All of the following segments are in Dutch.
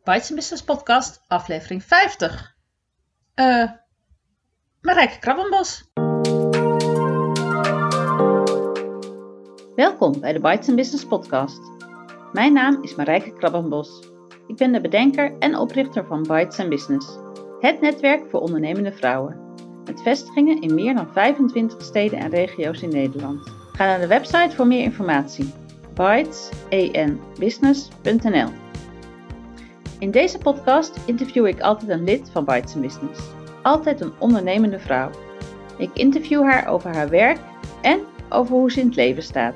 Bites & Business podcast, aflevering 50. Marijke Krabbenbos. Welkom bij de Bites & Business podcast. Mijn naam is Marijke Krabbenbos. Ik ben de bedenker en oprichter van Bites & Business. Het netwerk voor ondernemende vrouwen. Met vestigingen in meer dan 25 steden en regio's in Nederland. Ga naar de website voor meer informatie. bitesbusiness.nl. In deze podcast interview ik altijd een lid van Bites & Business. Altijd een ondernemende vrouw. Ik interview haar over haar werk en over hoe ze in het leven staat.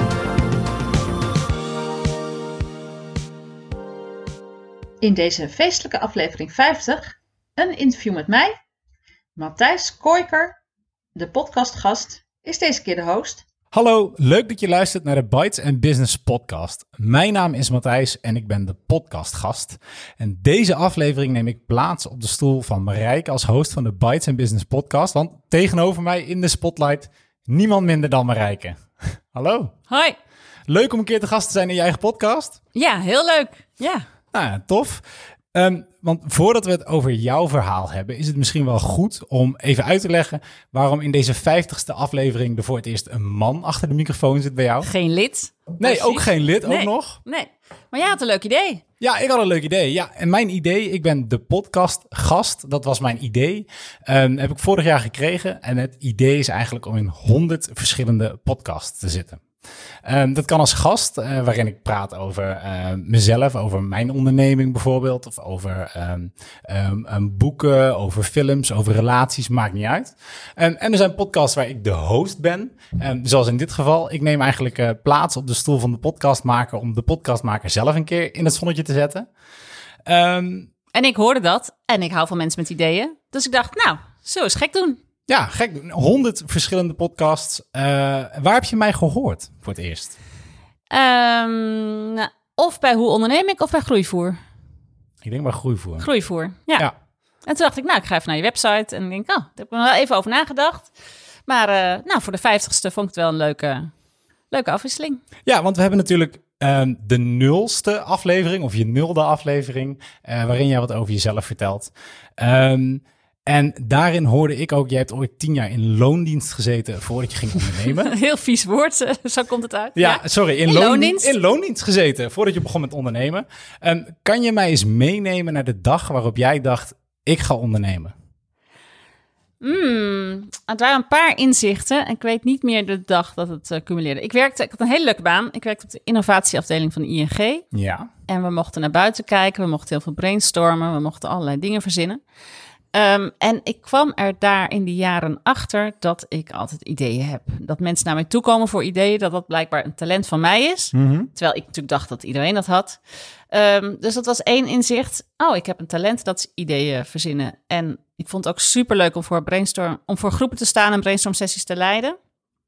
In deze feestelijke aflevering 50 een interview met mij. Matthijs Kooiker, de podcastgast, is deze keer de host. Hallo, leuk dat je luistert naar de Bites & Business podcast. Mijn naam is Matthijs en ik ben de podcastgast. En deze aflevering neem ik plaats op de stoel van Marijke als host van de Bites & Business podcast. Want tegenover mij in de spotlight niemand minder dan Marijke. Hallo. Hoi. Leuk om een keer te gast te zijn in je eigen podcast. Ja, heel leuk. Ja. Nou ja, tof. Want voordat we het over jouw verhaal hebben, is het misschien wel goed om even uit te leggen waarom in deze 50ste aflevering er voor het eerst een man achter de microfoon zit bij jou. Geen lid. Nee, Precies. ook geen lid, ook nog. Nee, maar jij had een leuk idee. Ja, ik had een leuk idee. Ja, en mijn idee, ik ben de podcastgast, dat was mijn idee. Heb ik vorig jaar gekregen en het idee is eigenlijk om in 100 verschillende podcasts te zitten. Dat kan als gast, waarin ik praat over mezelf, over mijn onderneming bijvoorbeeld, of over boeken, over films, over relaties, maakt niet uit. En er zijn podcasts waar ik de host ben, zoals in dit geval. Ik neem eigenlijk plaats op de stoel van de podcastmaker om de podcastmaker zelf een keer in het zonnetje te zetten. En ik hoorde dat en ik hou van mensen met ideeën. Dus ik dacht, nou, zo eens gek doen. Ja, gek. 100 verschillende podcasts. Waar heb je mij gehoord voor het eerst? Of bij Hoe onderneem ik of bij Groeivoer. Ik denk bij Groeivoer. Groeivoer, ja. En toen dacht ik, nou, ik ga even naar je website. En ik denk, daar heb ik er wel even over nagedacht. Maar voor de 50ste vond ik het wel een leuke afwisseling. Ja, want we hebben natuurlijk de 0ste aflevering, of je 0e aflevering, waarin jij wat over jezelf vertelt. En daarin hoorde ik ook, jij hebt ooit 10 jaar in loondienst gezeten voordat je ging ondernemen. Heel vies woord, zo komt het uit. Ja, sorry, in loondienst gezeten voordat je begon met ondernemen. Kan je mij eens meenemen naar de dag waarop jij dacht, ik ga ondernemen? Het waren een paar inzichten en ik weet niet meer de dag dat het cumuleerde. Ik had een hele leuke baan. Ik werkte op de innovatieafdeling van de ING. Ja. En we mochten naar buiten kijken, we mochten heel veel brainstormen, we mochten allerlei dingen verzinnen. En ik kwam er daar in die jaren achter dat ik altijd ideeën heb. Dat mensen naar mij toe komen voor ideeën, dat blijkbaar een talent van mij is. Mm-hmm. Terwijl ik natuurlijk dacht dat iedereen dat had. Dus dat was 1 inzicht. Oh, ik heb een talent, dat is ideeën verzinnen. En ik vond het ook superleuk om voor groepen te staan en brainstorm sessies te leiden.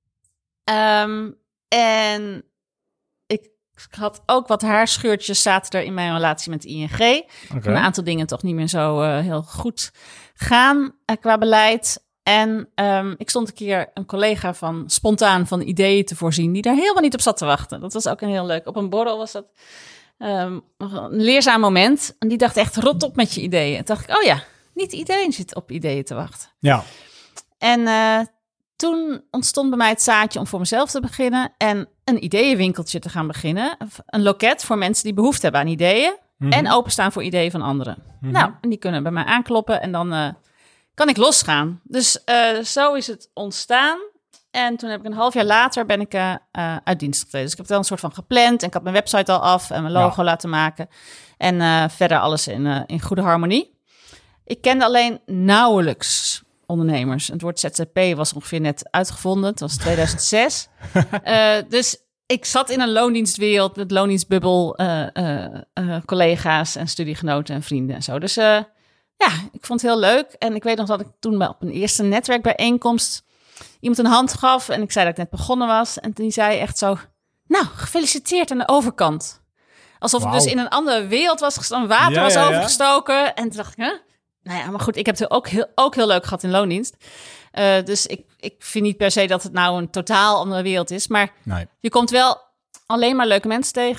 En ik had ook wat haarscheurtjes zaten er in mijn relatie met de ING. Okay. Een aantal dingen toch niet meer zo heel goed gaan qua beleid. En ik stond een keer een collega spontaan van ideeën te voorzien die daar helemaal niet op zat te wachten. Dat was ook een heel leuk. Op een borrel was dat een leerzaam moment. En die dacht echt, rot op met je ideeën. En toen dacht ik, oh ja, niet iedereen zit op ideeën te wachten. Ja. En toen ontstond bij mij het zaadje om voor mezelf te beginnen en een ideeënwinkeltje te gaan beginnen. Een loket voor mensen die behoefte hebben aan ideeën en openstaan voor ideeën van anderen. Nou, en die kunnen bij mij aankloppen en dan kan ik losgaan. Dus zo is het ontstaan. En toen heb ik een half jaar later ben ik uit dienst getreden. Dus ik heb het wel een soort van gepland en ik had mijn website al af en mijn logo laten maken. En verder alles in goede harmonie. Ik kende alleen nauwelijks ondernemers. Het woord ZZP was ongeveer net uitgevonden. Het was 2006. Dus ik zat in een loondienstwereld met loondienstbubbel, collega's en studiegenoten en vrienden en zo. Dus ik vond het heel leuk. En ik weet nog dat ik toen op een eerste netwerkbijeenkomst iemand een hand gaf en ik zei dat ik net begonnen was. En die zei echt zo, nou, gefeliciteerd aan de overkant. Alsof ik dus in een andere wereld was gestaan, water was overgestoken. En toen dacht ik, nou ja, maar goed, ik heb het ook heel leuk gehad in loondienst. Dus ik vind niet per se dat het nou een totaal andere wereld is. Maar je komt wel alleen maar leuke mensen tegen.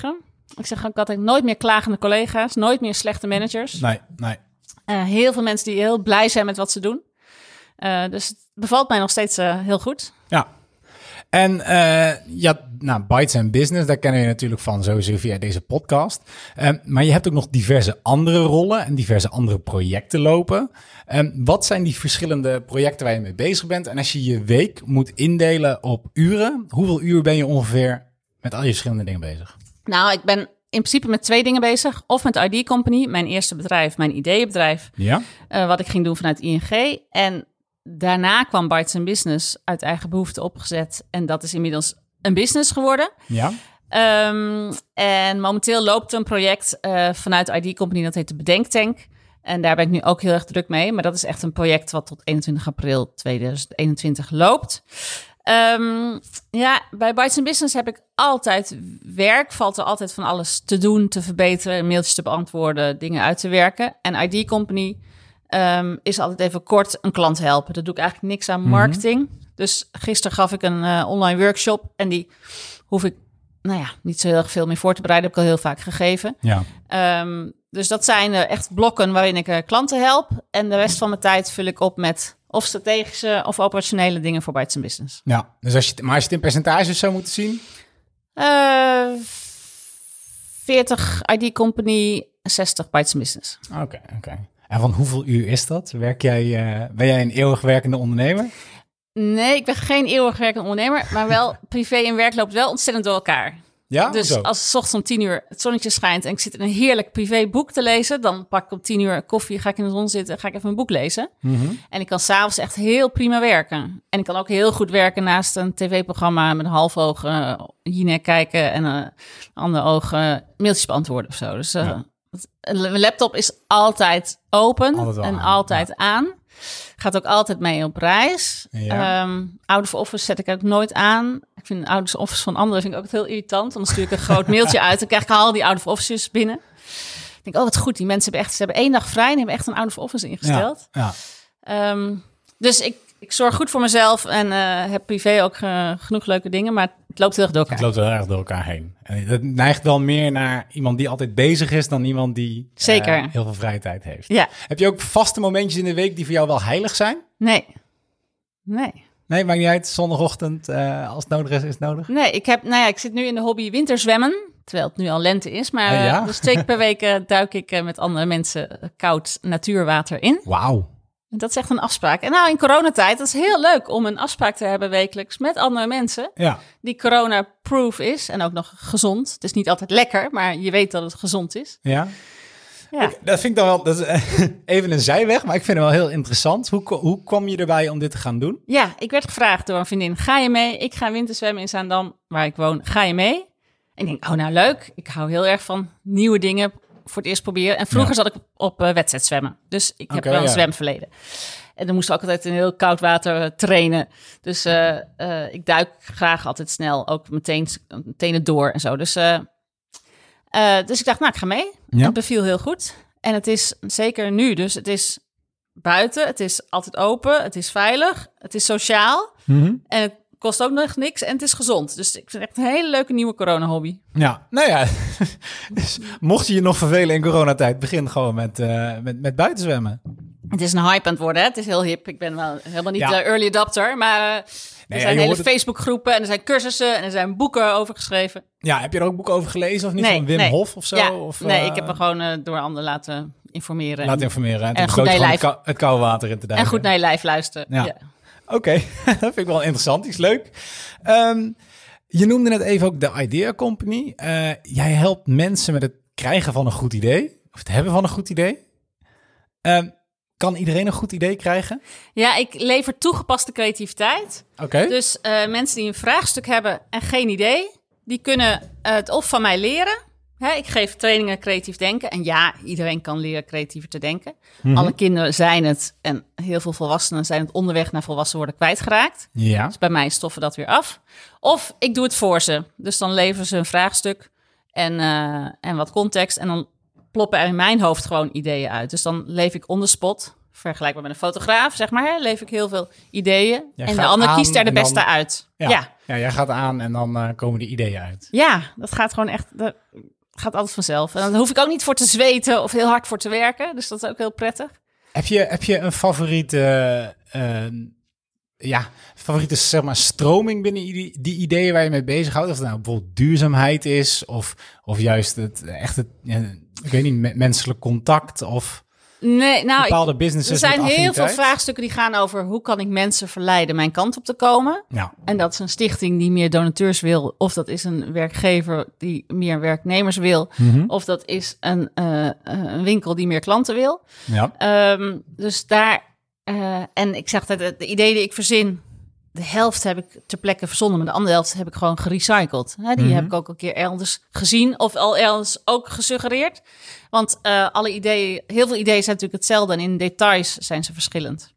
Ik zeg ook altijd nooit meer klagende collega's, nooit meer slechte managers. Nee. Heel veel mensen die heel blij zijn met wat ze doen. Dus het bevalt mij nog steeds heel goed. Ja. En Bytes and Business, daar kennen je natuurlijk van sowieso via deze podcast. Maar je hebt ook nog diverse andere rollen en diverse andere projecten lopen. Wat zijn die verschillende projecten waar je mee bezig bent? En als je je week moet indelen op uren, hoeveel uur ben je ongeveer met al je verschillende dingen bezig? Nou, ik ben in principe met 2 dingen bezig. Of met de ID Company, mijn eerste bedrijf, mijn ideeënbedrijf. Ja. Wat ik ging doen vanuit ING. En daarna kwam Bytes and Business uit eigen behoefte opgezet. En dat is inmiddels een business geworden. Ja. En momenteel loopt een project vanuit ID Company, dat heet de Bedenktank. En daar ben ik nu ook heel erg druk mee. Maar dat is echt een project wat tot 21 april 2021 loopt. Bij Bytes and Business heb ik altijd werk. Valt er altijd van alles te doen, te verbeteren, mailtjes te beantwoorden, dingen uit te werken. En ID Company is altijd even kort een klant helpen. Dat doe ik eigenlijk niks aan marketing. Dus gisteren gaf ik een online workshop en die hoef ik niet zo heel erg veel meer voor te bereiden. Heb ik al heel vaak gegeven. Ja. Dus dat zijn echt blokken waarin ik klanten help. En de rest van mijn tijd vul ik op met of strategische of operationele dingen voor Bytes and Business. Ja, dus als je het in percentages zou moeten zien? 40 ID Company, 60 Bytes and Business. Oké. En van hoeveel uur is dat? Ben jij een eeuwig werkende ondernemer? Nee, ik ben geen eeuwig werkende ondernemer, maar wel privé en werk loopt wel ontzettend door elkaar. Ja, dus zo. als 's ochtends om 10 uur het zonnetje schijnt en ik zit in een heerlijk privé boek te lezen, dan pak ik om 10 uur koffie, ga ik in de zon zitten, ga ik even een boek lezen. Mm-hmm. En ik kan 's avonds echt heel prima werken. En ik kan ook heel goed werken naast een tv-programma met een half oog Jinek kijken en een ander oog mailtjes beantwoorden of zo. Dus mijn laptop is altijd open en altijd aan. Gaat ook altijd mee op reis. Ja. Out of Office zet ik ook nooit aan. Ik vind Out of Office van anderen vind ik ook heel irritant. Dan stuur ik een groot mailtje uit. Dan krijg ik al die Out of Offices binnen. Ik denk, wat goed. Die mensen ze hebben 1 dag vrij en hebben echt een Out of Office ingesteld. Ja. Dus ik zorg goed voor mezelf en heb privé ook genoeg leuke dingen. Maar het loopt heel erg door elkaar. Het loopt wel erg door elkaar heen. En dat neigt wel meer naar iemand die altijd bezig is dan iemand die Zeker. Heel veel vrije tijd heeft. Ja. Heb je ook vaste momentjes in de week die voor jou wel heilig zijn? Nee, maakt niet uit. Zondagochtend, als het nodig is, is het nodig. Nee, ik zit nu in de hobby winterzwemmen. Terwijl het nu al lente is. Maar dus 2 keer per week duik ik met andere mensen koud natuurwater in. Wauw. Dat is echt een afspraak. En nou, in coronatijd, dat is heel leuk om een afspraak te hebben wekelijks met andere mensen. Ja. Die corona-proof is en ook nog gezond. Het is niet altijd lekker, maar je weet dat het gezond is. Ja. Ja. Dat vind ik dan wel, dat is even een zijweg, maar ik vind het wel heel interessant. Hoe kwam je erbij om dit te gaan doen? Ja, ik werd gevraagd door een vriendin, ga je mee? Ik ga winterzwemmen in Zaandam, waar ik woon. Ga je mee? En ik denk, nou leuk. Ik hou heel erg van nieuwe dingen voor het eerst proberen. En vroeger zat ik op wedstrijdzwemmen. Dus ik heb wel een zwemverleden. En dan moest ik ook altijd in heel koud water trainen. Dus ik duik graag altijd snel, ook meteen tenen door en zo. Dus ik dacht, ik ga mee. Ja. Het beviel heel goed. En het is zeker nu, dus het is buiten, het is altijd open, het is veilig, het is sociaal. Mm-hmm. En het kost ook nog niks en het is gezond. Dus ik vind het echt een hele leuke nieuwe corona-hobby. Ja, dus, mocht je je nog vervelen in coronatijd, begin gewoon met buitenzwemmen. Het is een hype aan het worden, hè? Het is heel hip. Ik ben wel helemaal niet early adopter, maar er zijn hele Facebookgroepen en er zijn cursussen en er zijn boeken over geschreven. Ja, heb je er ook boeken over gelezen of niet? Van Wim Hof of zo? Ja, of, ik heb me gewoon door anderen laten informeren. En goed naar je lijf. Het koude water in te duiken. En goed naar je lijf luisteren. Ja. Oké, dat vind ik wel interessant. Die is leuk. Je noemde net even ook de Idea Company. Jij helpt mensen met het krijgen van een goed idee. Of het hebben van een goed idee. Kan iedereen een goed idee krijgen? Ja, ik lever toegepaste creativiteit. Oké. Dus mensen die een vraagstuk hebben en geen idee, die kunnen het of van mij leren. Ik geef trainingen creatief denken. En ja, iedereen kan leren creatiever te denken. Mm-hmm. Alle kinderen zijn het en heel veel volwassenen zijn het onderweg naar volwassen worden kwijtgeraakt. Ja. Dus bij mij stoffen dat weer af. Of ik doe het voor ze. Dus dan leveren ze een vraagstuk en wat context. En dan ploppen er in mijn hoofd gewoon ideeën uit. Dus dan leef ik on the spot, vergelijkbaar met een fotograaf, zeg maar. Leef ik heel veel ideeën. En de ander kiest er de beste uit. Ja, jij gaat aan en dan komen de ideeën uit. Ja, dat gaat gewoon echt... gaat altijd vanzelf. En daar hoef ik ook niet voor te zweten of heel hard voor te werken. Dus dat is ook heel prettig. Heb je een favoriete, favoriete zeg maar, stroming binnen die ideeën waar je mee bezighoudt? Of het nou bijvoorbeeld duurzaamheid is of juist het ik weet niet, menselijk contact of... Nee, nou, bepaalde businesses. Er zijn heel veel vraagstukken die gaan over hoe kan ik mensen verleiden mijn kant op te komen. Ja. En dat is een stichting die meer donateurs wil. Of dat is een werkgever die meer werknemers wil. Mm-hmm. Of dat is een winkel die meer klanten wil. Ja. Dus daar... en ik zeg dat de ideeën die ik verzin... De helft heb ik ter plekke verzonnen, maar de andere helft heb ik gewoon gerecycled. Die heb ik ook een keer elders gezien of al elders ook gesuggereerd. Want alle ideeën, heel veel ideeën zijn natuurlijk hetzelfde en in details zijn ze verschillend.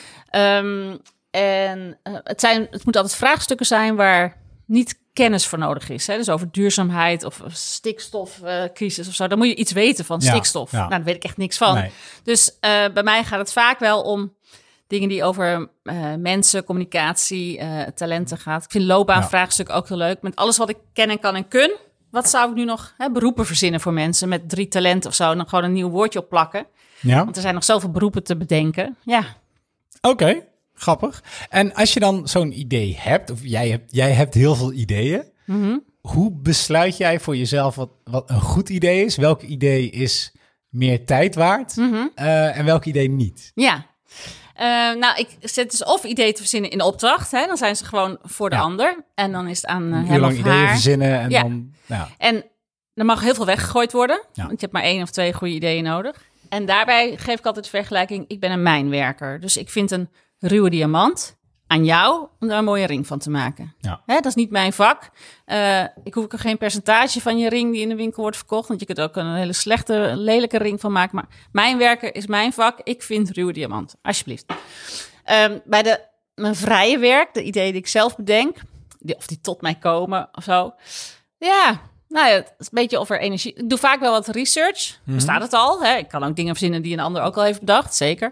Het moeten altijd vraagstukken zijn waar niet kennis voor nodig is. Dus over duurzaamheid of stikstofcrisis of zo. Dan moet je iets weten van stikstof. Ja. Nou, daar weet ik echt niks van. Nee. Dus bij mij gaat het vaak wel om dingen die over mensen, communicatie, talenten gaat. Ik vind loopbaanvraagstuk ook heel leuk. Met alles wat ik ken en kan en kun. Wat zou ik nu nog beroepen verzinnen voor mensen met 3 talenten of zo? En dan gewoon een nieuw woordje op plakken. Ja. Want er zijn nog zoveel beroepen te bedenken. Ja. Oké, grappig. En als je dan zo'n idee hebt, of jij hebt heel veel ideeën. Mm-hmm. Hoe besluit jij voor jezelf wat een goed idee is? Welk idee is meer tijd waard? Mm-hmm. En welk idee niet? Ja. Ik zet dus of ideeën te verzinnen in de opdracht. Dan zijn ze gewoon voor de ander. En dan is het aan hem of ideeën haar. verzinnen en Ja. dan... Ja. En er mag heel veel weggegooid worden. Ja. Want je hebt maar 1 of 2 goede ideeën nodig. En daarbij geef ik altijd de vergelijking. Ik ben een mijnwerker. Dus ik vind een ruwe diamant aan jou om daar een mooie ring van te maken. Ja. Dat is niet mijn vak. Ik hoef er geen percentage van je ring die in de winkel wordt verkocht. Want je kunt er ook een hele slechte, lelijke ring van maken. Maar mijn werken is mijn vak. Ik vind ruwe diamant. Alsjeblieft. Bij mijn vrije werk, de ideeën die ik zelf bedenk, of die tot mij komen of zo. Ja, nou ja, het is een beetje over energie. Ik doe vaak wel wat research. Bestaat het al? Ik kan ook dingen verzinnen die een ander ook al heeft bedacht. Zeker.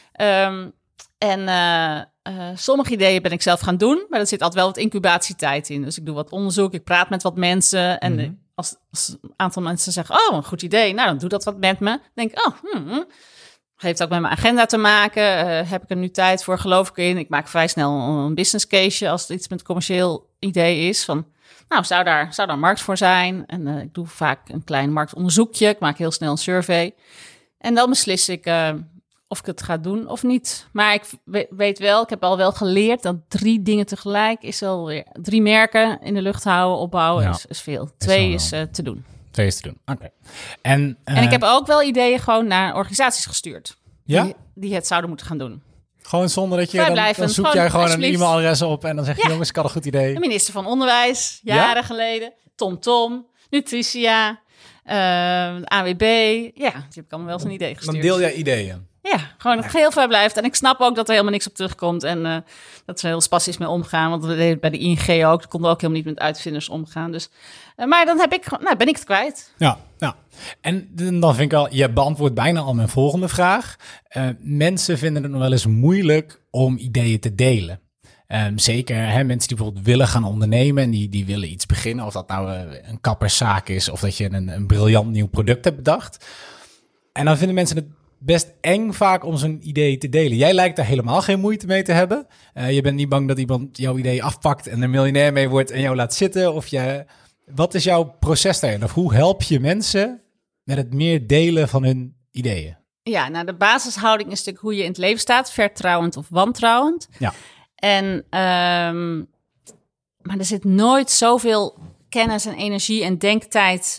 Sommige ideeën ben ik zelf gaan doen, maar er zit altijd wel wat incubatietijd in. Dus ik doe wat onderzoek, ik praat met wat mensen. En als een aantal mensen zeggen, oh, een goed idee. Nou, dan doe dat wat met me. Dan denk ik, heeft ook met mijn agenda te maken. Heb ik er nu tijd voor? Geloof ik in? Ik maak vrij snel een business case als het iets met commercieel idee is. Van, nou, zou daar een markt voor zijn? En ik doe vaak een klein marktonderzoekje. Ik maak heel snel een survey. En dan beslis ik of ik het ga doen of niet. Maar ik weet wel, ik heb al wel geleerd dat 3 dingen tegelijk is alweer 3 merken in de lucht houden, opbouwen is veel. 2 is te doen. 2 is te doen. Oké. En ik heb ook wel ideeën gewoon naar organisaties gestuurd. Ja? Die het zouden moeten gaan doen. Gewoon zonder dat je dan zoek jij gewoon een e-mailadres op en dan zeg je, jongens, ik had een goed idee. De minister van Onderwijs, jaren geleden. TomTom, Nutricia, AWB. Ja, die heb ik allemaal wel eens een idee gestuurd. Dan deel jij ideeën. Ja, gewoon dat het geheel vrij blijft. En ik snap ook dat er helemaal niks op terugkomt. En dat ze heel spastisch mee omgaan. Want we deden bij de ING ook. Daar konden we ook helemaal niet met uitvinders omgaan. Dus, maar dan ben ik het kwijt. Ja. En dan vind ik al, je beantwoordt bijna al mijn volgende vraag. Mensen vinden het nog wel eens moeilijk om ideeën te delen. Zeker mensen die bijvoorbeeld willen gaan ondernemen en die willen iets beginnen. Of dat nou een kapperszaak is of dat je een briljant nieuw product hebt bedacht. En dan vinden mensen het best eng vaak om zo'n idee te delen. Jij lijkt daar helemaal geen moeite mee te hebben. Je bent niet bang dat iemand jouw idee afpakt en er miljonair mee wordt en jou laat zitten. Wat is jouw proces daarin? Of hoe help je mensen met het meer delen van hun ideeën? Ja, nou de basishouding is natuurlijk hoe je in het leven staat. Vertrouwend of wantrouwend. Ja. En, maar er zit nooit zoveel kennis en energie en denktijd.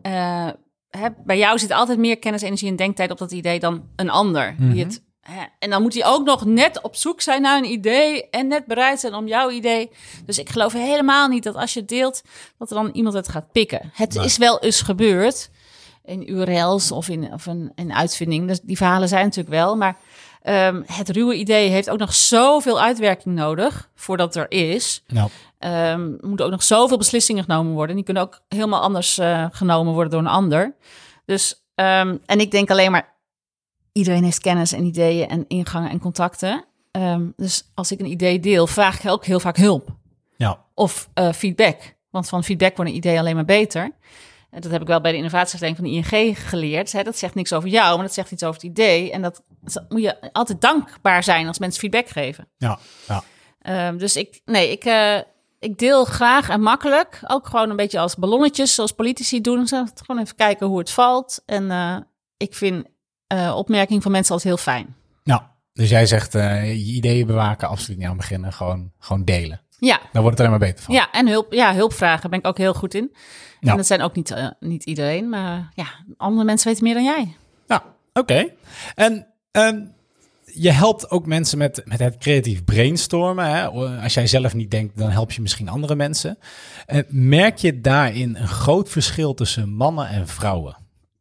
Bij jou zit altijd meer kennis, energie en denktijd op dat idee dan een ander. En dan moet hij ook nog net op zoek zijn naar een idee en net bereid zijn om jouw idee. Dus ik geloof helemaal niet dat als je deelt, dat er dan iemand het gaat pikken. Het is wel eens gebeurd in URL's of in uitvinding. Dus die verhalen zijn natuurlijk wel, maar het ruwe idee heeft ook nog zoveel uitwerking nodig voordat het er is. Nou. Er moeten ook nog zoveel beslissingen genomen worden. Die kunnen ook helemaal anders genomen worden door een ander. Dus, en ik denk alleen maar, iedereen heeft kennis en ideeën en ingangen en contacten. Dus als ik een idee deel, vraag ik ook heel vaak hulp. Ja. Of feedback. Want van feedback wordt een idee alleen maar beter. En dat heb ik wel bij de innovatieafdeling van de ING geleerd. Hè? Dat zegt niks over jou, maar dat zegt iets over het idee. En dat moet je altijd dankbaar zijn als mensen feedback geven. Ja. Dus ik deel graag en makkelijk. Ook gewoon een beetje als ballonnetjes, zoals politici doen. Gewoon even kijken hoe het valt. En ik vind opmerking van mensen altijd heel fijn. Nou, dus jij zegt je ideeën bewaken, absoluut niet aan beginnen. Gewoon delen. Ja. Dan wordt het alleen maar beter van. Ja, en hulpvragen ben ik ook heel goed in. Ja. En dat zijn ook niet iedereen. Maar andere mensen weten meer dan jij. Nou, oké. En je helpt ook mensen met het creatief brainstormen. Hè? Als jij zelf niet denkt, dan help je misschien andere mensen. Merk je daarin een groot verschil tussen mannen en vrouwen?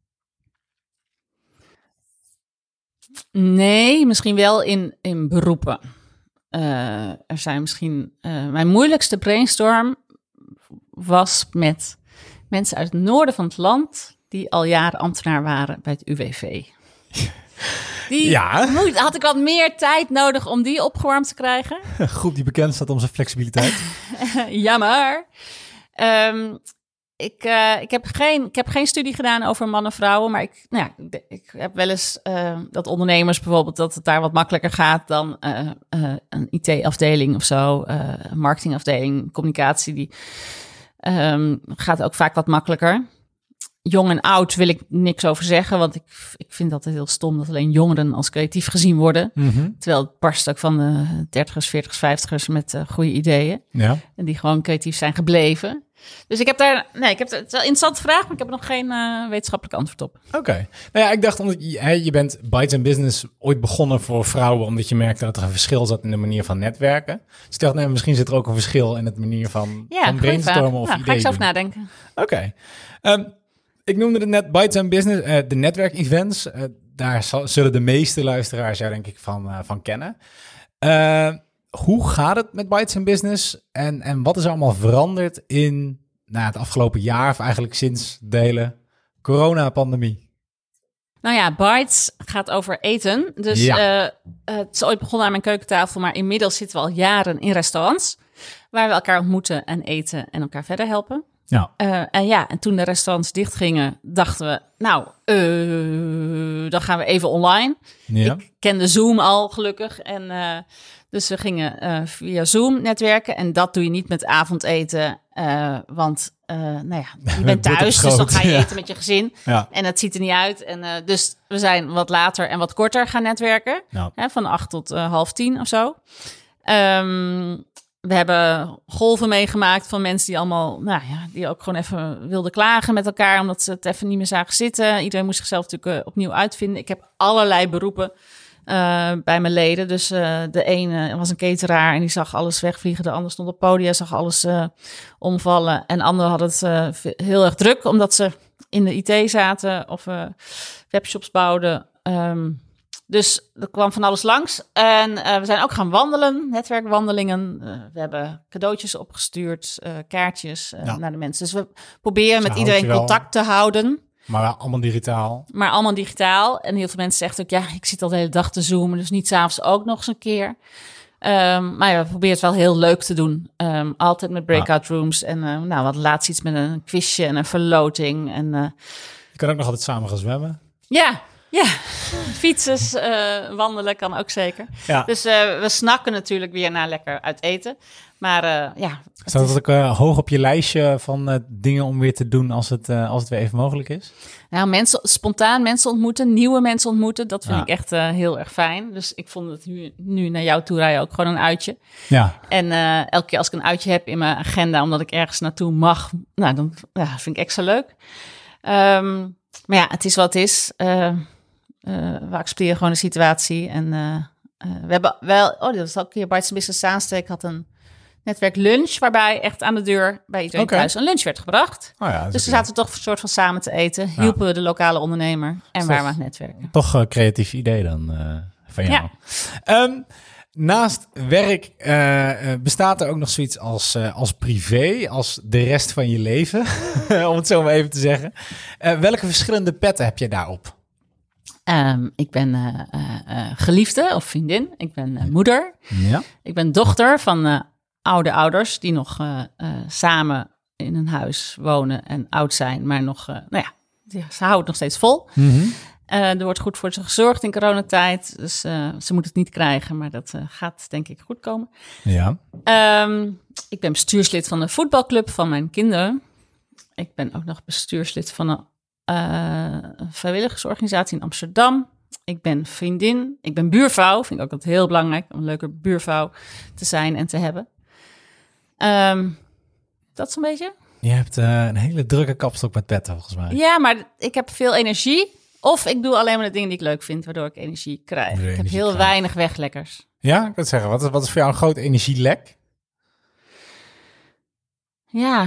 Nee, misschien wel in beroepen. Er zijn misschien... mijn moeilijkste brainstorm was met mensen uit het noorden van het land die al jaren ambtenaar waren bij het UWV. Had ik wat meer tijd nodig om die opgewarmd te krijgen. Een groep die bekend staat om zijn flexibiliteit. Jammer. Ik heb geen studie gedaan over mannen en vrouwen, maar ik heb wel eens dat ondernemers bijvoorbeeld, dat het daar wat makkelijker gaat dan een IT-afdeling of zo, een marketingafdeling, communicatie, die gaat ook vaak wat makkelijker. Jong en oud wil ik niks over zeggen, want ik vind dat heel stom dat alleen jongeren als creatief gezien worden. Mm-hmm. Terwijl het barst ook van de 30ers, 40ers, 50ers met goede ideeën. Ja. En die gewoon creatief zijn gebleven. Dus het is wel een interessante vraag, maar ik heb er nog geen wetenschappelijk antwoord op. Oké. Nou ja, ik dacht, omdat je bent Bytes & Business ooit begonnen voor vrouwen, omdat je merkte dat er een verschil zat in de manier van netwerken. Dus ik dacht, misschien zit er ook een verschil in het manier van brainstormen of ideeën. Ga ik zo over nadenken. Oké. Ik noemde het net Bytes & Business, de netwerkevents. Daar zullen de meeste luisteraars jou denk ik van kennen. Hoe gaat het met Bytes & Business? En wat is er allemaal veranderd in het afgelopen jaar, of eigenlijk sinds de hele coronapandemie? Nou ja, Bytes gaat over eten. Dus het is ooit begonnen aan mijn keukentafel, maar inmiddels zitten we al jaren in restaurants, waar we elkaar ontmoeten en eten en elkaar verder helpen. Ja. En toen de restaurants dichtgingen, dachten we, dan gaan we even online. Ja. Ik kende Zoom al gelukkig. En dus we gingen via Zoom netwerken. En dat doe je niet met avondeten. Want je bent thuis, dus dan ga je eten met je gezin. Ja. En het ziet er niet uit. En dus we zijn wat later en wat korter gaan netwerken. Ja. Van 8 tot 9:30 of zo. We hebben golven meegemaakt van mensen die allemaal, die ook gewoon even wilden klagen met elkaar, omdat ze het even niet meer zagen zitten. Iedereen moest zichzelf natuurlijk opnieuw uitvinden. Ik heb allerlei beroepen bij mijn leden. Dus de ene was een cateraar en die zag alles wegvliegen. De ander stond op het podium, zag alles omvallen. En anderen hadden het heel erg druk, omdat ze in de IT zaten of webshops bouwden. Dus er kwam van alles langs. En we zijn ook gaan wandelen, netwerkwandelingen. We hebben cadeautjes opgestuurd, kaartjes naar de mensen. Dus we proberen met iedereen contact te houden. Maar allemaal digitaal. En heel veel mensen zeggen ook, ik zit al de hele dag te zoomen, dus niet 's avonds ook nog eens een keer. Maar we proberen het wel heel leuk te doen. Altijd met breakout rooms. En wat laatst iets met een quizje en een verloting. En, je kan ook nog altijd samen gaan zwemmen. Ja, fietsen, wandelen kan ook zeker. Ja. Dus we snakken natuurlijk weer naar lekker uit eten. Maar Staat dat ook hoog op je lijstje van dingen om weer te doen als het weer even mogelijk is? Nou, spontaan mensen ontmoeten, nieuwe mensen ontmoeten, dat vind ik echt heel erg fijn. Dus ik vond het nu naar jou toe rijden ook gewoon een uitje. Ja. En elke keer als ik een uitje heb in mijn agenda, omdat ik ergens naartoe mag, dan vind ik extra leuk. Maar het is wat het is. We accepteren gewoon de situatie. En we hebben wel... dat was ook een keer Bytes & Business Zaanstreek had een netwerklunch, waarbij echt aan de deur bij iedereen thuis een lunch werd gebracht. Dus we zaten toch een soort van samen te eten. Hielpen we de lokale ondernemer en waar we aan het netwerken. Toch een creatief idee dan van jou. Ja. Naast werk bestaat er ook nog zoiets als privé, als de rest van je leven, om het zo maar even te zeggen. Welke verschillende petten heb je daarop? Ik ben geliefde of vriendin. Ik ben moeder. Ja. Ik ben dochter van oude ouders die nog samen in een huis wonen en oud zijn, maar nog, ze houden het nog steeds vol. Er wordt goed voor ze gezorgd in coronatijd, dus ze moeten het niet krijgen, maar dat gaat denk ik goed komen. Ja. Ik ben bestuurslid van de voetbalclub van mijn kinderen. Ik ben ook nog bestuurslid van een vrijwilligersorganisatie in Amsterdam. Ik ben vriendin, ik ben buurvrouw. Vind ik ook altijd heel belangrijk om een leuke buurvrouw te zijn en te hebben. Dat zo'n beetje. Je hebt een hele drukke kapstok met petten, volgens mij. Ja, maar ik heb veel energie. Of ik doe alleen maar de dingen die ik leuk vind, waardoor ik energie krijg. Ik heb heel weinig weglekkers. Ja, ik kan zeggen. Wat is voor jou een groot energielek? Ja,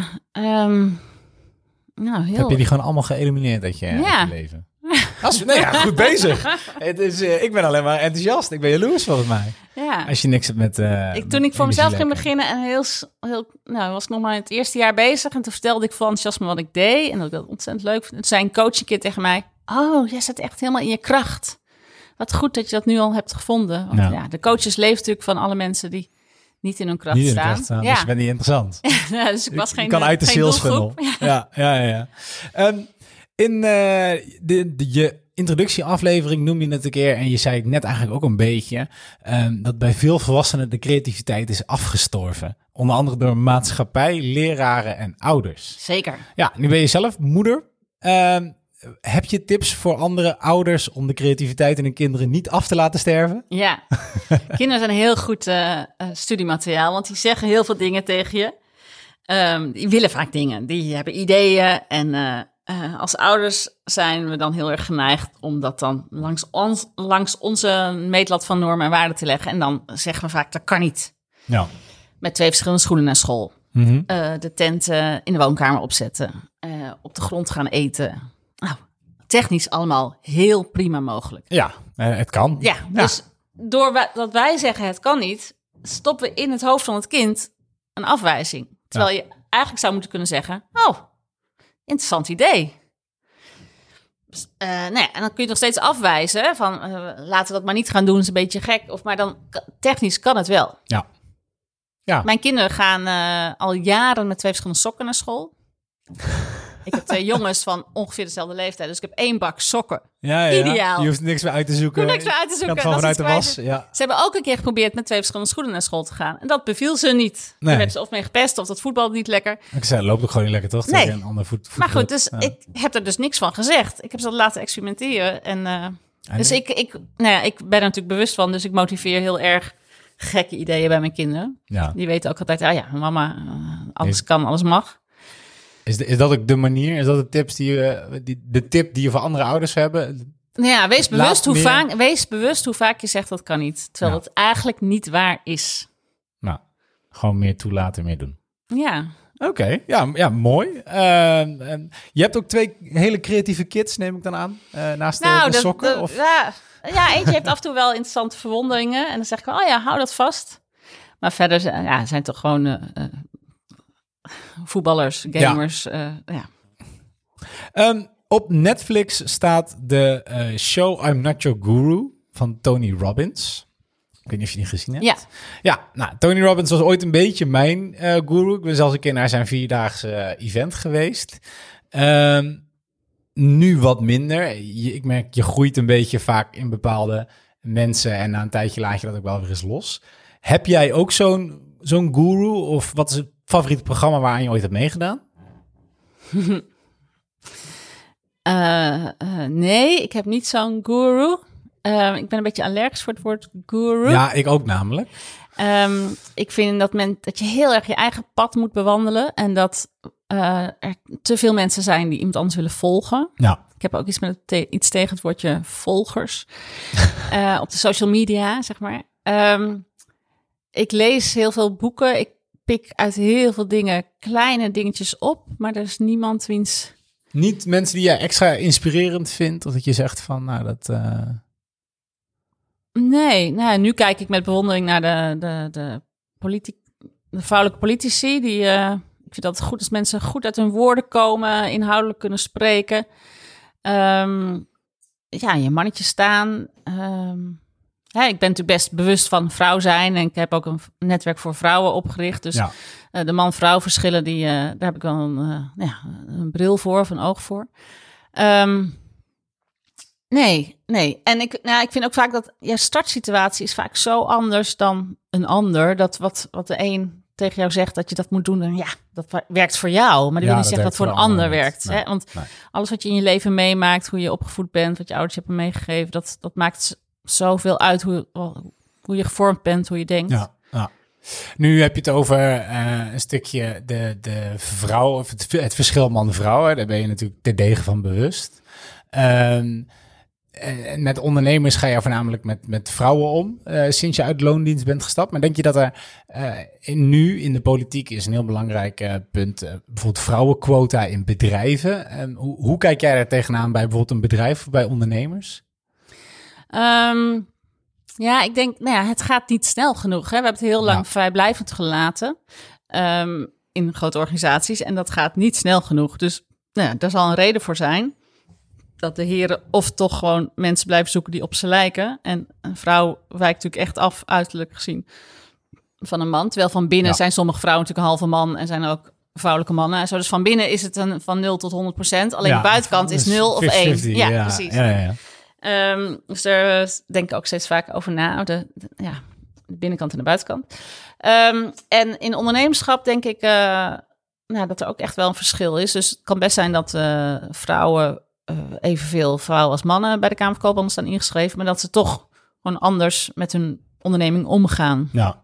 heel... Heb je die gewoon allemaal geëlimineerd uit je leven? Goed bezig. Ik ben alleen maar enthousiast. Ik ben jaloers volgens mij. Ja. Als je niks hebt met toen ik voor mezelf ging beginnen en was ik nog maar in het eerste jaar bezig. En toen vertelde ik vol enthousiasme wat ik deed. En dat ik dat ontzettend leuk vond. Toen zei een coach een keer tegen mij... Oh, jij zit echt helemaal in je kracht. Wat goed dat je dat nu al hebt gevonden. Want de coaches leven natuurlijk van alle mensen die niet in hun kracht staan. Ja. Dus je bent niet interessant. Dus ik was geen kan uit de sales funnel. Ja. In je introductieaflevering noem je het een keer... en je zei het net eigenlijk ook een beetje... dat bij veel volwassenen de creativiteit is afgestorven. Onder andere door maatschappij, leraren en ouders. Zeker. Ja, nu ben je zelf moeder. Heb je tips voor andere ouders... om de creativiteit in hun kinderen niet af te laten sterven? Ja, kinderen zijn heel goed studiemateriaal... want die zeggen heel veel dingen tegen je. Die willen vaak dingen, die hebben ideeën... en als ouders zijn we dan heel erg geneigd... om dat dan langs onze meetlat van normen en waarden te leggen... en dan zeggen we vaak, dat kan niet. Ja. Met 2 verschillende schoenen naar school. Mm-hmm. De tent in de woonkamer opzetten. Op de grond gaan eten... Nou, technisch allemaal heel prima mogelijk. Ja, het kan. Ja, dus doordat wij zeggen het kan niet... stoppen we in het hoofd van het kind een afwijzing. Terwijl je eigenlijk zou moeten kunnen zeggen... Oh, interessant idee. En dan kun je het nog steeds afwijzen... van laten we dat maar niet gaan doen, is een beetje gek. Maar dan technisch kan het wel. Ja. Mijn kinderen gaan al jaren met 2 verschillende sokken naar school... Ik heb 2 jongens van ongeveer dezelfde leeftijd. Dus ik heb 1 bak sokken. Ja. Ideaal. Je hoeft niks meer uit te zoeken. Kan het gewoon vanuit de was. Ja. Ze hebben ook een keer geprobeerd met 2 verschillende schoenen naar school te gaan. En dat beviel ze niet. Nee. Daar werden ze of mee gepest of dat voetbal niet lekker. Ik zei, loopt ook gewoon niet lekker, toch? Nee. Tegen een ander maar goed, dus ik heb er dus niks van gezegd. Ik heb ze laten experimenteren. Dus ik ben er natuurlijk bewust van. Dus ik motiveer heel erg gekke ideeën bij mijn kinderen. Ja. Die weten ook altijd, mama, alles kan, alles mag. Is dat ook de manier? Is dat de tips de tip die je voor andere ouders hebben? Ja, wees bewust hoe vaak je zegt dat kan niet. Terwijl het eigenlijk niet waar is. Nou, gewoon meer toelaten, meer doen. Ja. Oké, ja, mooi. Je hebt ook 2 hele creatieve kids, neem ik dan aan, naast de sokken? Eentje heeft af en toe wel interessante verwonderingen. En dan zeg ik, hou dat vast. Maar verder zijn toch gewoon... voetballers, gamers, op Netflix staat de show I'm Not Your Guru van Tony Robbins. Ik weet niet of je die gezien hebt. Ja, nou, Tony Robbins was ooit een beetje mijn guru. Ik ben zelfs een keer naar zijn 4-daagse event geweest. Nu wat minder. Ik merk, je groeit een beetje vaak in bepaalde mensen... en na een tijdje laat je dat ook wel weer eens los. Heb jij ook zo'n guru? Of wat is het favoriete programma waaraan je ooit hebt meegedaan? Nee, ik heb niet zo'n guru. Ik ben een beetje allergisch voor het woord guru. Ja, ik ook namelijk. Ik vind dat je heel erg je eigen pad moet bewandelen. En dat er te veel mensen zijn die iemand anders willen volgen. Ja. Ik heb ook iets tegen het woordje volgers. Op de social media, zeg maar. Ik lees heel veel boeken. Ik pik uit heel veel dingen kleine dingetjes op. Maar er is niemand wiens... Niet mensen die jij extra inspirerend vindt? Of dat je zegt van, nou dat... Nee, nu kijk ik met bewondering naar de vrouwelijke politici. Ik vind dat het goed als mensen goed uit hun woorden komen, inhoudelijk kunnen spreken. Je mannetje staan. Ik ben natuurlijk best bewust van vrouw zijn. En ik heb ook een netwerk voor vrouwen opgericht. Dus De man-vrouw verschillen, daar heb ik wel een bril voor of een oog voor. Nee. En ik vind ook vaak dat je startsituatie is vaak zo anders dan een ander. Dat wat de een tegen jou zegt dat je dat moet doen, en dat werkt voor jou. Maar dat wil niet zeggen dat voor een ander werkt. Nee, hè? Want alles wat je in je leven meemaakt, hoe je opgevoed bent, wat je ouders je hebben meegegeven, dat maakt zoveel uit hoe je gevormd bent, hoe je denkt. Ja. Nu heb je het over een stukje de vrouw, of het verschil man-vrouw. Daar ben je natuurlijk terdege van bewust. Met ondernemers ga je voornamelijk met vrouwen om, sinds je uit loondienst bent gestapt. Maar denk je dat er nu in de politiek is een heel belangrijk punt, bijvoorbeeld vrouwenquota in bedrijven. Hoe kijk jij daar tegenaan bij bijvoorbeeld een bedrijf of bij ondernemers? Ik denk, het gaat niet snel genoeg. Hè? We hebben het heel lang vrijblijvend gelaten in grote organisaties en dat gaat niet snel genoeg. Dus daar zal een reden voor zijn. Dat de heren of toch gewoon mensen blijven zoeken die op ze lijken. En een vrouw wijkt natuurlijk echt af, uiterlijk gezien, van een man. Terwijl van binnen zijn sommige vrouwen natuurlijk een halve man en zijn ook vrouwelijke mannen. En zo. Dus van binnen is het van 0 tot 100%. Alleen de buitenkant is 0 of 1. 50, ja, precies. Ja. Dus daar denk ik ook steeds vaak over na. De binnenkant en de buitenkant. En in ondernemerschap denk ik dat er ook echt wel een verschil is. Dus het kan best zijn dat vrouwen evenveel vrouwen als mannen bij de Kamer van Koophandel staan ingeschreven, maar dat ze toch gewoon anders met hun onderneming omgaan. Ja.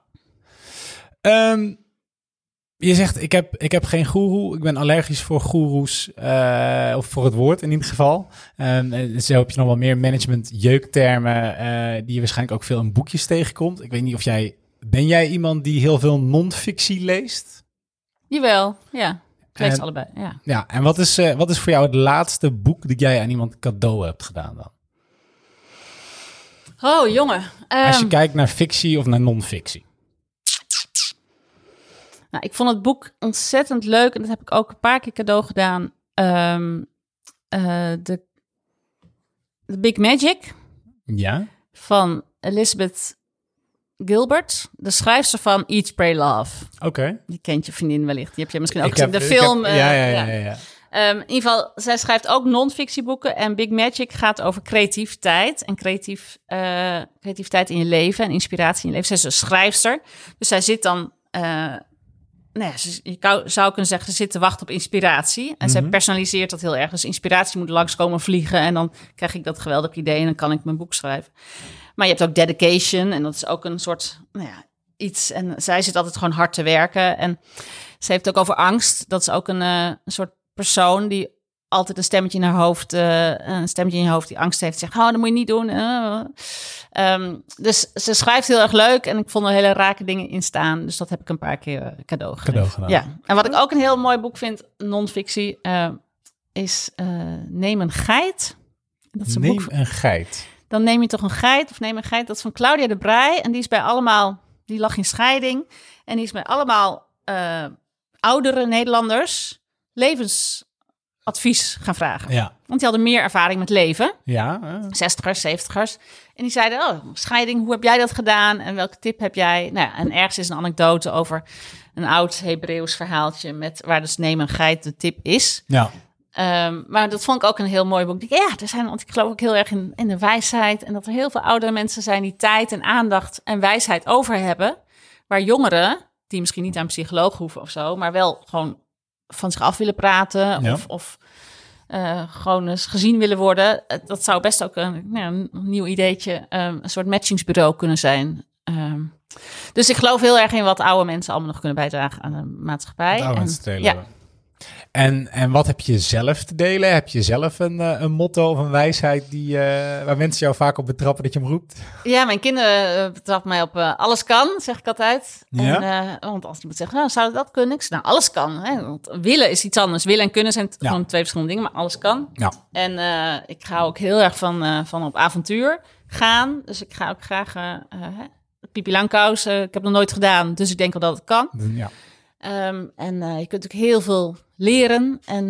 Je zegt, ik heb geen goeroe. Ik ben allergisch voor goeroes, of voor het woord in ieder geval. Zo heb je nog wel meer management jeuktermen, die je waarschijnlijk ook veel in boekjes tegenkomt. Ik weet niet of ben jij iemand die heel veel non-fictie leest? Jawel, ja. Ik lees allebei, ja. Ja, en wat is voor jou het laatste boek dat jij aan iemand cadeau hebt gedaan dan? Oh, jongen. Als je kijkt naar fictie of naar non-fictie. Nou, ik vond het boek ontzettend leuk en dat heb ik ook een paar keer cadeau gedaan. The Big Magic. Ja. Van Elizabeth Gilbert, de schrijfster van Eat, Pray, Love. Oké. Die kent je vriendin wellicht. Die heb je misschien ook gezien. De film. Ja. In ieder geval, zij schrijft ook non-fictieboeken. En Big Magic gaat over creativiteit. En creativiteit in je leven en inspiratie in je leven. Zij is een schrijfster. Dus zij zit dan... je zou kunnen zeggen, ze zit te wachten op inspiratie. En zij personaliseert dat heel erg. Dus inspiratie moet langskomen vliegen. En dan krijg ik dat geweldig idee en dan kan ik mijn boek schrijven. Maar je hebt ook dedication en dat is ook een soort iets. En zij zit altijd gewoon hard te werken. En ze heeft het ook over angst. Dat is ook een soort persoon die altijd een stemmetje in haar hoofd, die angst heeft. Zegt, dat moet je niet doen. Dus ze schrijft heel erg leuk en ik vond er hele rake dingen in staan. Dus dat heb ik een paar keer cadeau gedaan. Ja. En wat ik ook een heel mooi boek vind, non-fictie, is Neem een geit. Dat is een boek. Een geit. Dan neem je toch een geit of neem een geit. Dat is van Claudia de Breij en die is bij allemaal, die lag in scheiding en die is bij allemaal oudere Nederlanders levensadvies gaan vragen. Ja. Want die hadden meer ervaring met leven. Ja. 60ers, 70ers. En die zeiden, scheiding, hoe heb jij dat gedaan? En welke tip heb jij? Nou ja, en ergens is een anekdote over een oud Hebreeuws verhaaltje waar dus neem een geit de tip is. Ja. Maar dat vond ik ook een heel mooi boek. Want ik geloof ook heel erg in de wijsheid. En dat er heel veel oudere mensen zijn die tijd en aandacht en wijsheid over hebben. Waar jongeren, die misschien niet aan een psycholoog hoeven of zo, maar wel gewoon van zich af willen praten of gewoon eens gezien willen worden. Dat zou best ook een nieuw ideetje, een soort matchingsbureau kunnen zijn. Dus ik geloof heel erg in wat oude mensen allemaal nog kunnen bijdragen aan de maatschappij. En wat heb je zelf te delen? Heb je zelf een motto of een wijsheid waar mensen jou vaak op betrappen dat je hem roept? Ja, mijn kinderen betrappen mij op alles kan, zeg ik altijd. Ja? Want als iemand zegt, zou dat kunnen? Alles kan. Hè? Want willen is iets anders. Willen en kunnen zijn gewoon twee verschillende dingen, maar alles kan. Ja. En ik ga ook heel erg van op avontuur gaan. Dus ik ga ook graag Pipi Langkous. Ik heb het nog nooit gedaan, dus ik denk wel dat het kan. Ja. Je kunt ook heel veel leren en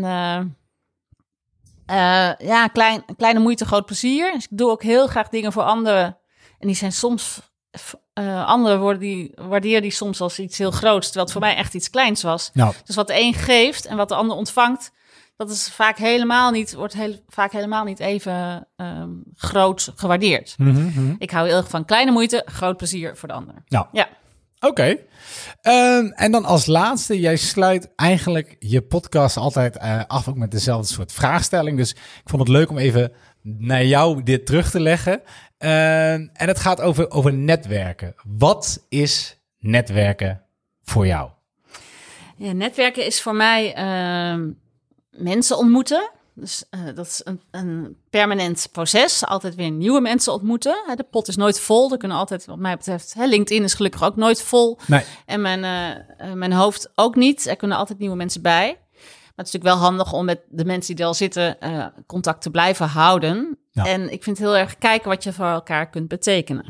kleine moeite, groot plezier. Dus ik doe ook heel graag dingen voor anderen en die zijn soms anderen waarderen die soms als iets heel groots, terwijl het voor mij echt iets kleins was. Nou. Dus wat de een geeft en wat de ander ontvangt, dat is vaak vaak helemaal niet even groot gewaardeerd. Mm-hmm. Ik hou heel erg van kleine moeite, groot plezier voor de ander. Nou, ja. Oké. En dan als laatste, jij sluit eigenlijk je podcast altijd af ook met dezelfde soort vraagstelling. Dus ik vond het leuk om even naar jou dit terug te leggen. En het gaat over netwerken. Wat is netwerken voor jou? Ja, netwerken is voor mij mensen ontmoeten. Dus dat is een permanent proces. Altijd weer nieuwe mensen ontmoeten. De pot is nooit vol. Er kunnen altijd, wat mij betreft, LinkedIn is gelukkig ook nooit vol. Nee. En mijn hoofd ook niet. Er kunnen altijd nieuwe mensen bij. Maar het is natuurlijk wel handig om met de mensen die er al zitten contact te blijven houden. Ja. En ik vind heel erg kijken wat je voor elkaar kunt betekenen.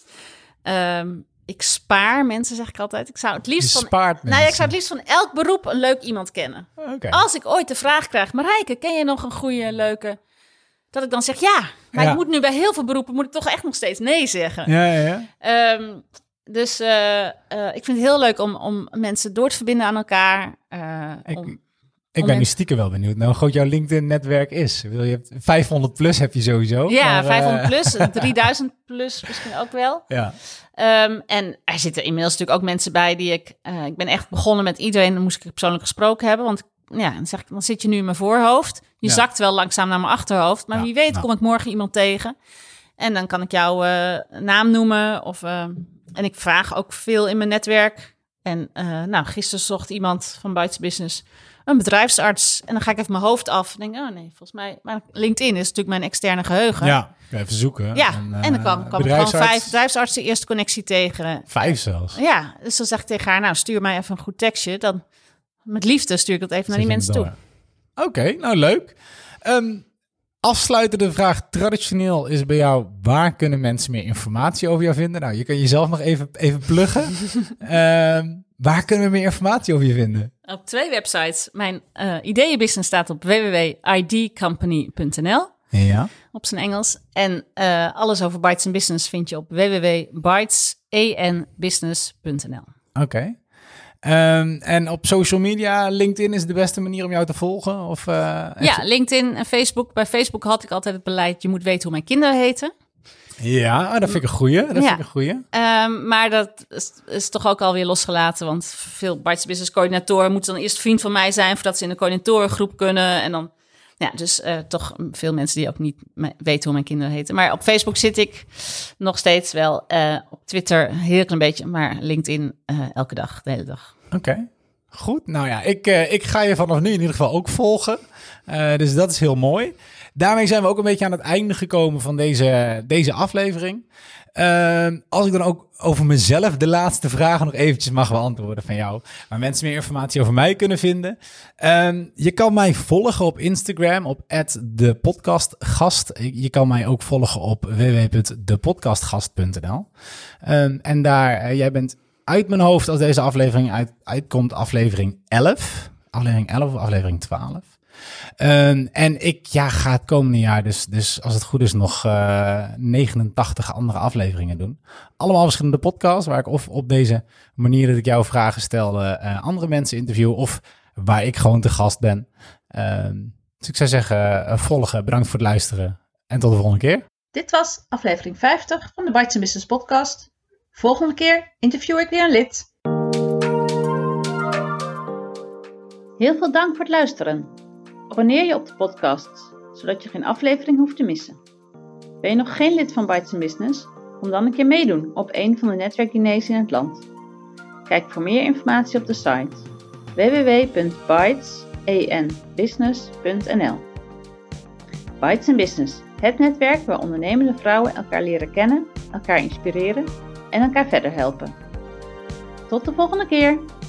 Ik spaar mensen, zeg ik altijd. Ik zou het liefst van elk beroep een leuk iemand kennen. Okay. Als ik ooit de vraag krijg, Marijke, ken je nog een goede, leuke... Dat ik dan zeg ja. Maar ik moet nu bij heel veel beroepen, moet ik toch echt nog steeds nee zeggen. Ja. Dus ik vind het heel leuk om mensen door te verbinden aan elkaar. Ik ben nu stiekem wel benieuwd naar hoe groot jouw LinkedIn-netwerk is. Je hebt 500 plus heb je sowieso. Ja, maar, 500 plus, 3000 plus misschien ook wel. Ja. En er zitten inmiddels natuurlijk ook mensen bij die ik ben echt begonnen met iedereen. Dan moest ik persoonlijk gesproken hebben, want dan zit je nu in mijn voorhoofd. Je zakt wel langzaam naar mijn achterhoofd, maar wie weet kom ik morgen iemand tegen. En dan kan ik jouw naam noemen. En ik vraag ook veel in mijn netwerk. En gisteren zocht iemand van Bites Business een bedrijfsarts. En dan ga ik even mijn hoofd af. En denk, oh nee, volgens mij... Maar LinkedIn is natuurlijk mijn externe geheugen. Ja, even zoeken. Ja, en dan kwam ik gewoon 5 bedrijfsartsen eerste connectie tegen. 5 zelfs? Ja, dus dan zeg ik tegen haar, nou stuur mij even een goed tekstje. Dan met liefde stuur ik dat even naar die mensen toe. Oké, nou leuk. Afsluitende vraag traditioneel is bij jou, waar kunnen mensen meer informatie over jou vinden? Nou, je kan jezelf nog even pluggen. Waar kunnen we meer informatie over je vinden? Op 2 websites. Mijn ideeënbusiness staat op www.idcompany.nl. Ja. Op zijn Engels. En alles over Bites & Business vind je op www.bytesenbusiness.nl. Oké. En op social media, LinkedIn is de beste manier om jou te volgen? Of, LinkedIn en Facebook. Bij Facebook had ik altijd het beleid, je moet weten hoe mijn kinderen heten. Ja, dat vind ik een goeie. Maar dat is toch ook alweer losgelaten. Want veel Bites Business coördinatoren moeten dan eerst vriend van mij zijn voordat ze in de coördinatorengroep kunnen. En dan, toch veel mensen die ook niet weten hoe mijn kinderen heten. Maar op Facebook zit ik nog steeds wel. Op Twitter heel klein beetje, maar LinkedIn elke dag, de hele dag. Oké. Goed. Nou ja, ik ga je vanaf nu in ieder geval ook volgen. Dus dat is heel mooi. Daarmee zijn we ook een beetje aan het einde gekomen van deze aflevering. Als ik dan ook over mezelf de laatste vragen nog eventjes mag beantwoorden van jou, waar mensen meer informatie over mij kunnen vinden. Je kan mij volgen op Instagram op @depodcastgast. Je kan mij ook volgen op www.depodcastgast.nl. En daar, jij bent uit mijn hoofd, als deze aflevering uitkomt, aflevering 11. Aflevering 11 of aflevering 12. En ik ga het komende jaar dus als het goed is nog 89 andere afleveringen doen. Allemaal verschillende podcasts waar ik of op deze manier dat ik jou vragen stelde andere mensen interview of waar ik gewoon te gast ben. Dus ik zou zeggen volgen, bedankt voor het luisteren en tot de volgende keer. Dit was aflevering 50 van de Bites & Business podcast. Volgende keer interview ik weer een lid. Heel veel dank voor het luisteren. Abonneer je op de podcast, zodat je geen aflevering hoeft te missen. Ben je nog geen lid van Bites & Business? Kom dan een keer meedoen op een van de netwerkdiners in het land. Kijk voor meer informatie op de site www.bytesenbusiness.nl. Bites & Business, het netwerk waar ondernemende vrouwen elkaar leren kennen, elkaar inspireren en elkaar verder helpen. Tot de volgende keer!